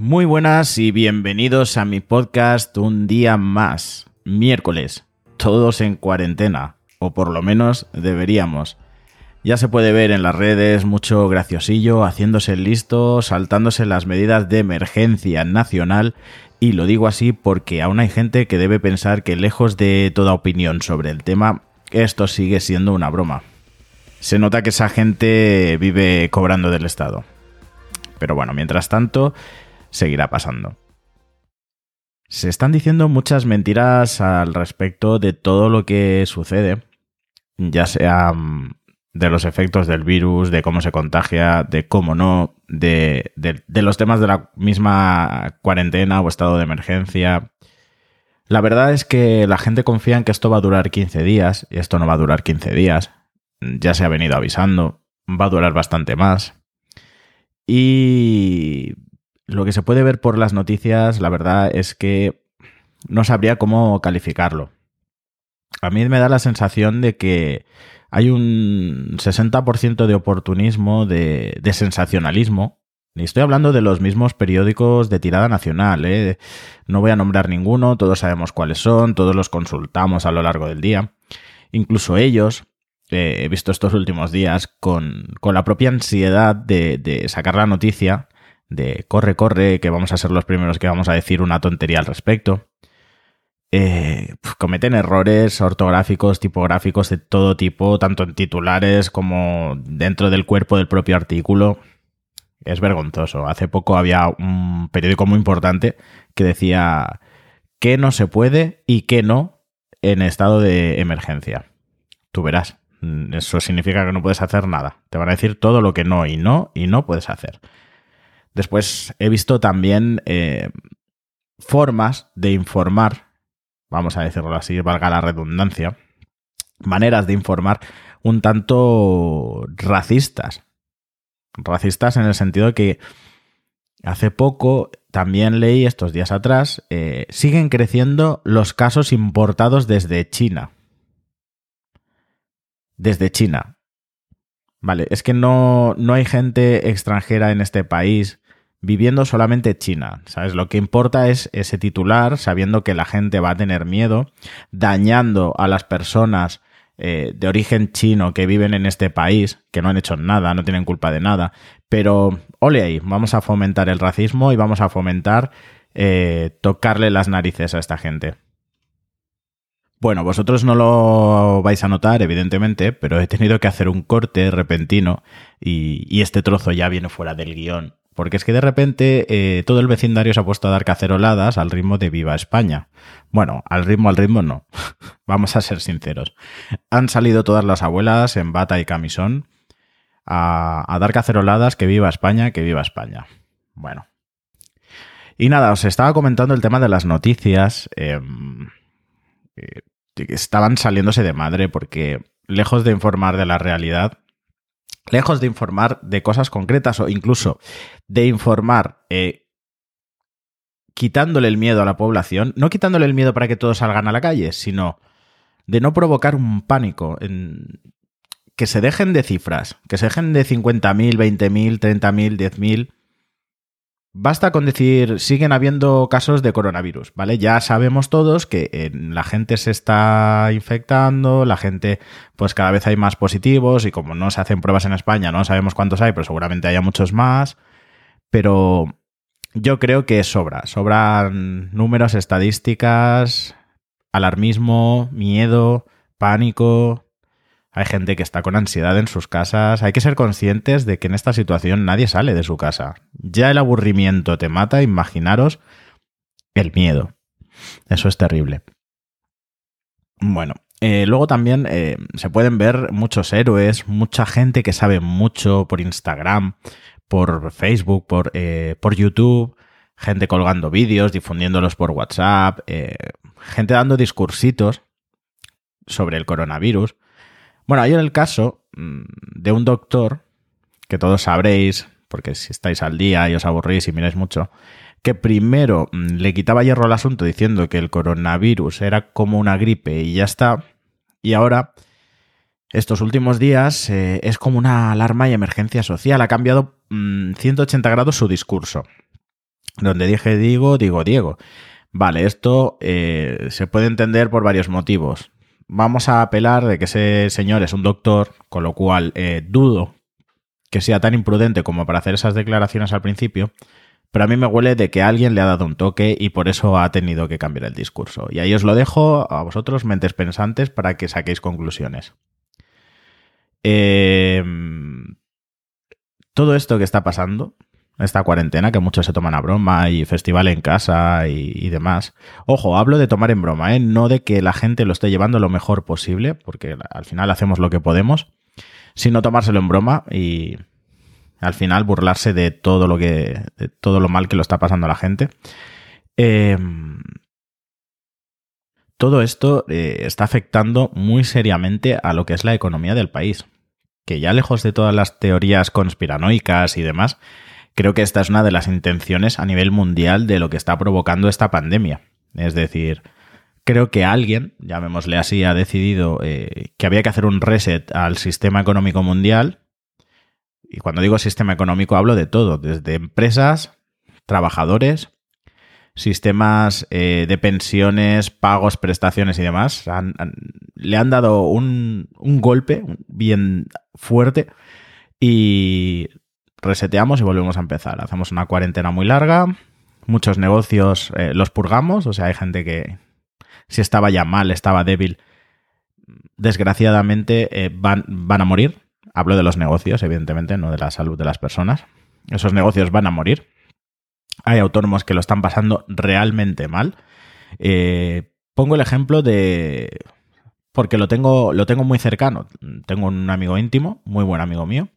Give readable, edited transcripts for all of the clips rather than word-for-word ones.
Muy buenas y bienvenidos a mi podcast Un Día Más, miércoles, todos en cuarentena, o por lo menos deberíamos. Ya se puede ver en las redes mucho graciosillo haciéndose el listo, saltándose las medidas de emergencia nacional, y lo digo así porque aún hay gente que debe pensar que lejos de toda opinión sobre el tema, esto sigue siendo una broma. Se nota que esa gente vive cobrando del Estado. Pero bueno, mientras tanto, seguirá pasando. Se están diciendo muchas mentiras al respecto de todo lo que sucede, ya sea de los efectos del virus, de cómo se contagia, de cómo no, de los temas de la misma cuarentena o estado de emergencia. La verdad es que la gente confía en que esto va a durar 15 días, y esto no va a durar 15 días. Ya se ha venido avisando, va a durar bastante más. Y lo que se puede ver por las noticias, la verdad es que no sabría cómo calificarlo. A mí me da la sensación de que hay un 60% de oportunismo, de sensacionalismo. Y estoy hablando de los mismos periódicos de tirada nacional, ¿eh? No voy a nombrar ninguno, todos sabemos cuáles son, todos los consultamos a lo largo del día. Incluso ellos, he visto estos últimos días, con la propia ansiedad de sacar la noticia, de corre, que vamos a ser los primeros que vamos a decir una tontería al respecto. Cometen errores ortográficos, tipográficos de todo tipo, tanto en titulares como dentro del cuerpo del propio artículo. Es vergonzoso. Hace poco había un periódico muy importante que decía qué no se puede y qué no en estado de emergencia. Tú verás, eso significa que no puedes hacer nada. Te van a decir todo lo que no puedes hacer. Después he visto también formas de informar, vamos a decirlo así, valga la redundancia, maneras de informar un tanto racistas. Racistas en el sentido de que hace poco, también leí estos días atrás, siguen creciendo los casos importados desde China. Desde China. Vale, es que no hay gente extranjera en este país viviendo solamente China, ¿sabes? Lo que importa es ese titular, sabiendo que la gente va a tener miedo, dañando a las personas de origen chino que viven en este país, que no han hecho nada, no tienen culpa de nada, pero ole ahí, vamos a fomentar el racismo y vamos a fomentar tocarle las narices a esta gente. Bueno, vosotros no lo vais a notar, evidentemente, pero he tenido que hacer un corte repentino y este trozo ya viene fuera del guión. Porque es que de repente todo el vecindario se ha puesto a dar caceroladas al ritmo de Viva España. Bueno, al ritmo no. Vamos a ser sinceros. Han salido todas las abuelas en bata y camisón a dar caceroladas, que viva España, que viva España. Bueno. Y nada, os estaba comentando el tema de las noticias. Estaban saliéndose de madre porque lejos de informar de la realidad, lejos de informar de cosas concretas o incluso de informar quitándole el miedo a la población, no quitándole el miedo para que todos salgan a la calle, sino de no provocar un pánico, que se dejen de cifras, que se dejen de 50.000, 20.000, 30.000, 10.000. Basta con decir, siguen habiendo casos de coronavirus, ¿vale? Ya sabemos todos que la gente se está infectando, la gente, pues cada vez hay más positivos y como no se hacen pruebas en España, no sabemos cuántos hay, pero seguramente haya muchos más. Pero yo creo que sobran números, estadísticas, alarmismo, miedo, pánico. Hay gente que está con ansiedad en sus casas. Hay que ser conscientes de que en esta situación nadie sale de su casa. Ya el aburrimiento te mata, imaginaros el miedo. Eso es terrible. Bueno, luego también se pueden ver muchos héroes, mucha gente que sabe mucho por Instagram, por Facebook, por YouTube, gente colgando vídeos, difundiéndolos por WhatsApp, gente dando discursitos sobre el coronavirus. Bueno, hay el caso de un doctor, que todos sabréis, porque si estáis al día y os aburrís y miráis mucho, que primero le quitaba hierro al asunto diciendo que el coronavirus era como una gripe y ya está, y ahora, estos últimos días, es como una alarma y emergencia social. Ha cambiado 180 grados su discurso. Donde dije digo, digo Diego. Vale, esto se puede entender por varios motivos. Vamos a apelar de que ese señor es un doctor, con lo cual dudo que sea tan imprudente como para hacer esas declaraciones al principio, pero a mí me huele de que alguien le ha dado un toque y por eso ha tenido que cambiar el discurso. Y ahí os lo dejo a vosotros, mentes pensantes, para que saquéis conclusiones. Todo esto que está pasando, esta cuarentena, que muchos se toman a broma y festival en casa y demás. Ojo, hablo de tomar en broma, ¿eh? No de que la gente lo esté llevando lo mejor posible, porque al final hacemos lo que podemos, sino tomárselo en broma y al final burlarse de todo lo mal que lo está pasando a la gente. Todo esto está afectando muy seriamente a lo que es la economía del país. Que ya lejos de todas las teorías conspiranoicas y demás, creo que esta es una de las intenciones a nivel mundial de lo que está provocando esta pandemia. Es decir, creo que alguien, llamémosle así, ha decidido que había que hacer un reset al sistema económico mundial. Y cuando digo sistema económico hablo de todo, desde empresas, trabajadores, sistemas de pensiones, pagos, prestaciones y demás. Le han dado un golpe bien fuerte y reseteamos y volvemos a empezar. Hacemos una cuarentena muy larga, muchos negocios los purgamos, o sea, hay gente que si estaba ya mal, estaba débil, desgraciadamente van a morir. Hablo de los negocios, evidentemente, no de la salud de las personas. Esos negocios van a morir. Hay autónomos que lo están pasando realmente mal. Pongo el ejemplo de... porque lo tengo muy cercano. Tengo un amigo íntimo, muy buen amigo mío.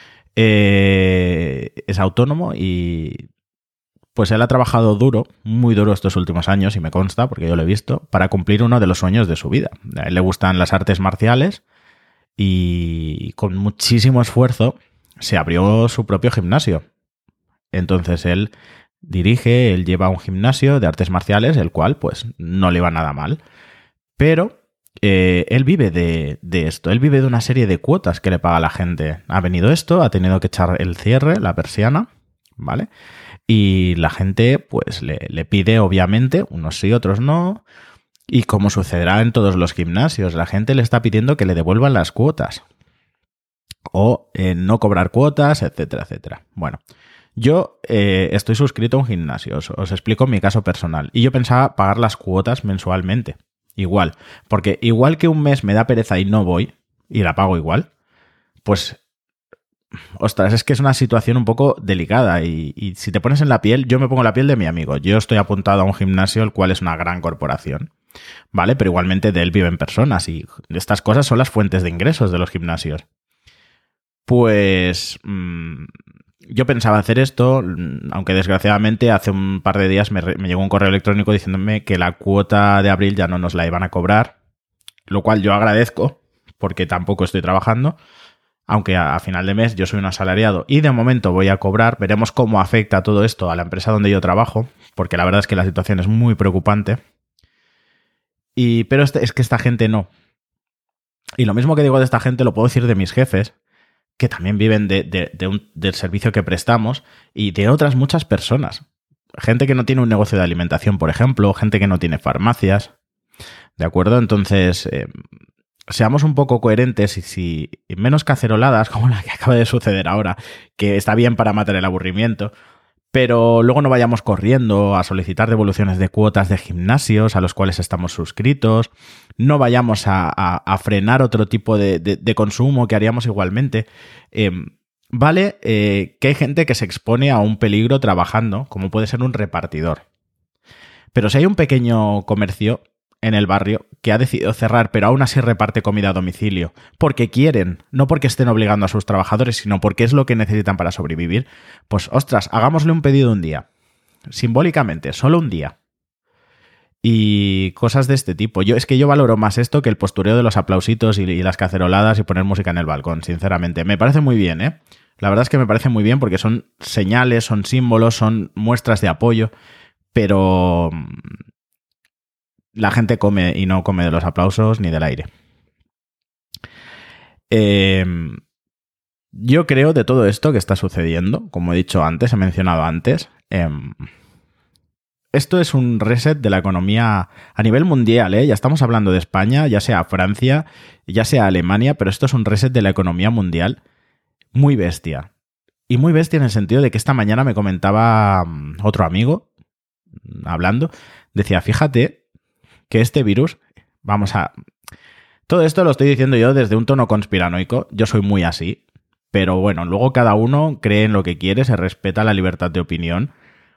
Es autónomo y pues él ha trabajado duro, muy duro estos últimos años, y me consta, porque yo lo he visto, para cumplir uno de los sueños de su vida. A él le gustan las artes marciales y con muchísimo esfuerzo se abrió su propio gimnasio. Entonces él dirige, él lleva un gimnasio de artes marciales, el cual pues no le va nada mal. Pero él vive de esto, él vive de una serie de cuotas que le paga la gente. Ha venido esto, ha tenido que echar el cierre, la persiana, ¿vale? Y la gente pues le pide, obviamente, unos sí, otros no. Y como sucederá en todos los gimnasios, la gente le está pidiendo que le devuelvan las cuotas. O no cobrar cuotas, etcétera, etcétera. Bueno, yo estoy suscrito a un gimnasio, os explico mi caso personal. Y yo pensaba pagar las cuotas mensualmente. Igual. Porque igual que un mes me da pereza y no voy, y la pago igual, pues... ostras, es que es una situación un poco delicada y si te pones en la piel, yo me pongo en la piel de mi amigo. Yo estoy apuntado a un gimnasio, el cual es una gran corporación, ¿vale? Pero igualmente de él viven personas y estas cosas son las fuentes de ingresos de los gimnasios. Pues yo pensaba hacer esto, aunque desgraciadamente hace un par de días me llegó un correo electrónico diciéndome que la cuota de abril ya no nos la iban a cobrar, lo cual yo agradezco porque tampoco estoy trabajando. Aunque a final de mes yo soy un asalariado y de momento voy a cobrar, veremos cómo afecta todo esto a la empresa donde yo trabajo, porque la verdad es que la situación es muy preocupante. Pero es que esta gente no. Y lo mismo que digo de esta gente lo puedo decir de mis jefes, que también viven del servicio que prestamos y de otras muchas personas. Gente que no tiene un negocio de alimentación, por ejemplo, gente que no tiene farmacias. ¿De acuerdo? Entonces... seamos un poco coherentes y si menos caceroladas como la que acaba de suceder ahora, que está bien para matar el aburrimiento, pero luego no vayamos corriendo a solicitar devoluciones de cuotas de gimnasios a los cuales estamos suscritos, no vayamos a frenar otro tipo de consumo que haríamos igualmente. Vale, que hay gente que se expone a un peligro trabajando, como puede ser un repartidor. Pero si hay un pequeño comercio en el barrio que ha decidido cerrar, pero aún así reparte comida a domicilio, porque quieren, no porque estén obligando a sus trabajadores, sino porque es lo que necesitan para sobrevivir, pues ostras, hagámosle un pedido un día. Simbólicamente, solo un día. Y cosas de este tipo. Es que yo valoro más esto que el postureo de los aplausitos y las caceroladas y poner música en el balcón, sinceramente. Me parece muy bien, ¿eh? La verdad es que me parece muy bien porque son señales, son símbolos, son muestras de apoyo, pero... la gente come y no come de los aplausos ni del aire. Yo creo de todo esto que está sucediendo, como he dicho antes, he mencionado antes, esto es un reset de la economía a nivel mundial, ¿eh? Ya estamos hablando de España, ya sea Francia, ya sea Alemania, pero esto es un reset de la economía mundial muy bestia. Y muy bestia en el sentido de que esta mañana me comentaba otro amigo, hablando, decía, fíjate que este virus, todo esto lo estoy diciendo yo desde un tono conspiranoico, yo soy muy así, pero bueno, luego cada uno cree en lo que quiere, se respeta la libertad de opinión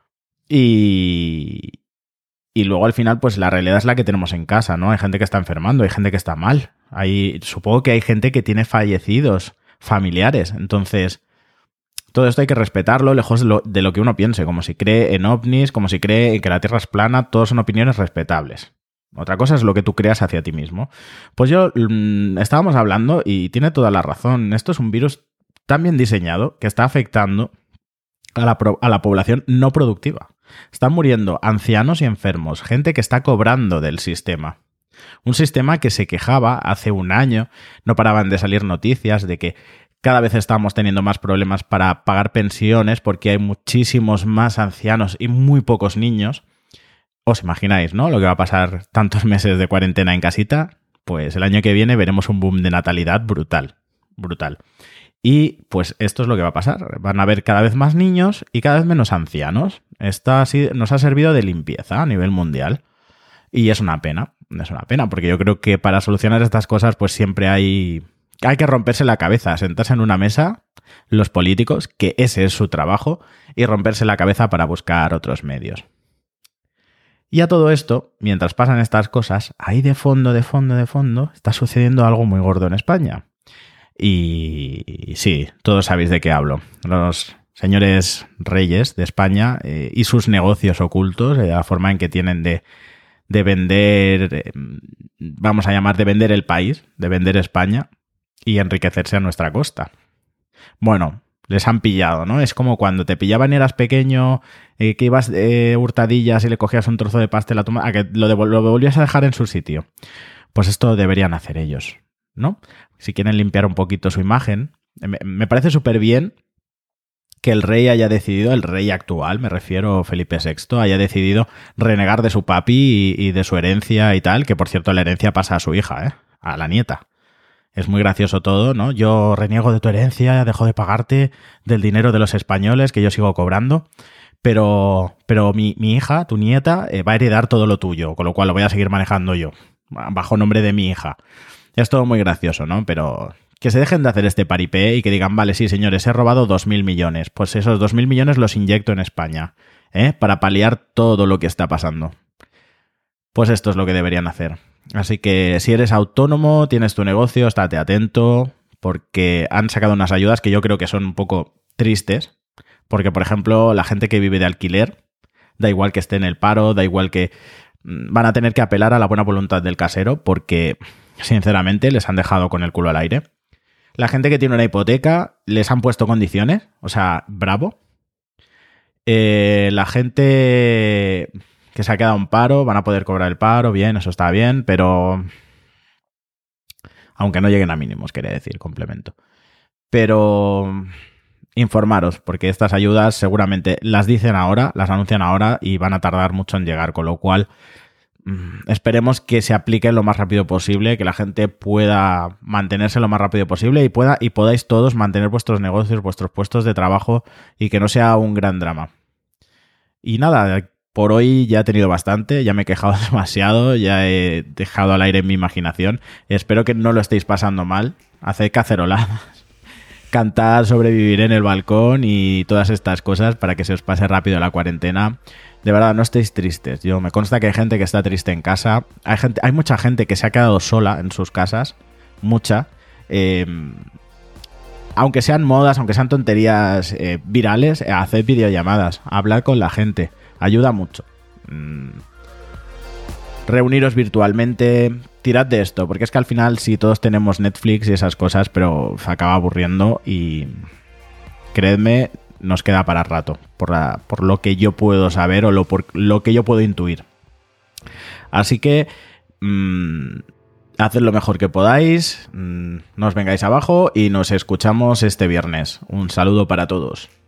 y luego al final pues la realidad es la que tenemos en casa, ¿no? Hay gente que está enfermando, hay gente que está mal, supongo que hay gente que tiene fallecidos familiares, entonces todo esto hay que respetarlo lejos de lo que uno piense, como si cree en ovnis, como si cree en que la Tierra es plana, todos son opiniones respetables. Otra cosa es lo que tú creas hacia ti mismo. Pues estábamos hablando y tiene toda la razón. Esto es un virus tan bien diseñado que está afectando a la población no productiva. Están muriendo ancianos y enfermos, gente que está cobrando del sistema. Un sistema que se quejaba hace un año, no paraban de salir noticias de que cada vez estamos teniendo más problemas para pagar pensiones porque hay muchísimos más ancianos y muy pocos niños. Os imagináis, ¿no? Lo que va a pasar tantos meses de cuarentena en casita. Pues el año que viene veremos un boom de natalidad brutal. Brutal. Y pues esto es lo que va a pasar. Van a haber cada vez más niños y cada vez menos ancianos. Esta nos ha servido de limpieza a nivel mundial. Y es una pena. Es una pena porque yo creo que para solucionar estas cosas pues siempre hay que romperse la cabeza, sentarse en una mesa, los políticos, que ese es su trabajo, y romperse la cabeza para buscar otros medios. Y a todo esto, mientras pasan estas cosas, ahí de fondo, está sucediendo algo muy gordo en España. Y sí, todos sabéis de qué hablo. Los señores reyes de España y sus negocios ocultos, la forma en que tienen de vender, vamos a llamar de vender el país, de vender España y enriquecerse a nuestra costa. Bueno, les han pillado, ¿no? Es como cuando te pillaban y eras pequeño, que ibas hurtadillas y le cogías un trozo de pastel a tu madre, a que lo volvías a dejar en su sitio. Pues esto deberían hacer ellos, ¿no? Si quieren limpiar un poquito su imagen. Me parece súper bien que el rey haya decidido, el rey actual, me refiero Felipe VI, haya decidido renegar de su papi y de su herencia y tal, que por cierto la herencia pasa a su hija, a la nieta. Es muy gracioso todo, ¿no? Yo reniego de tu herencia, dejo de pagarte del dinero de los españoles que yo sigo cobrando, pero mi hija, tu nieta, va a heredar todo lo tuyo, con lo cual lo voy a seguir manejando yo, bajo nombre de mi hija. Es todo muy gracioso, ¿no? Pero que se dejen de hacer este paripé y que digan, vale, sí, señores, he robado 2.000 millones. Pues esos 2.000 millones los inyecto en España, para paliar todo lo que está pasando. Pues esto es lo que deberían hacer. Así que si eres autónomo, tienes tu negocio, estate atento, porque han sacado unas ayudas que yo creo que son un poco tristes, porque, por ejemplo, la gente que vive de alquiler, da igual que esté en el paro, da igual que van a tener que apelar a la buena voluntad del casero, porque, sinceramente, les han dejado con el culo al aire. La gente que tiene una hipoteca, les han puesto condiciones, o sea, bravo. La gente que se ha quedado en paro, van a poder cobrar el paro, bien, eso está bien, pero aunque no lleguen a mínimos, quería decir, complemento. Pero informaros, porque estas ayudas seguramente las dicen ahora, las anuncian ahora y van a tardar mucho en llegar, con lo cual esperemos que se apliquen lo más rápido posible, que la gente pueda mantenerse lo más rápido posible y podáis todos mantener vuestros negocios, vuestros puestos de trabajo y que no sea un gran drama. Y nada, por hoy ya he tenido bastante, ya me he quejado demasiado, ya he dejado al aire mi imaginación. Espero que no lo estéis pasando mal. Haced caceroladas, cantad, sobrevivir en el balcón y todas estas cosas para que se os pase rápido la cuarentena. De verdad, no estéis tristes. Me consta que hay gente que está triste en casa. Hay mucha gente que se ha quedado sola en sus casas. Mucha. Aunque sean modas, aunque sean tonterías virales, haced videollamadas, hablad con la gente, ayuda mucho. Reuniros virtualmente, tirad de esto, porque es que al final sí todos tenemos Netflix y esas cosas, pero se acaba aburriendo y creedme, nos queda para rato, por lo que yo puedo saber por lo que yo puedo intuir. Así que haced lo mejor que podáis, no os vengáis abajo y nos escuchamos este viernes. Un saludo para todos.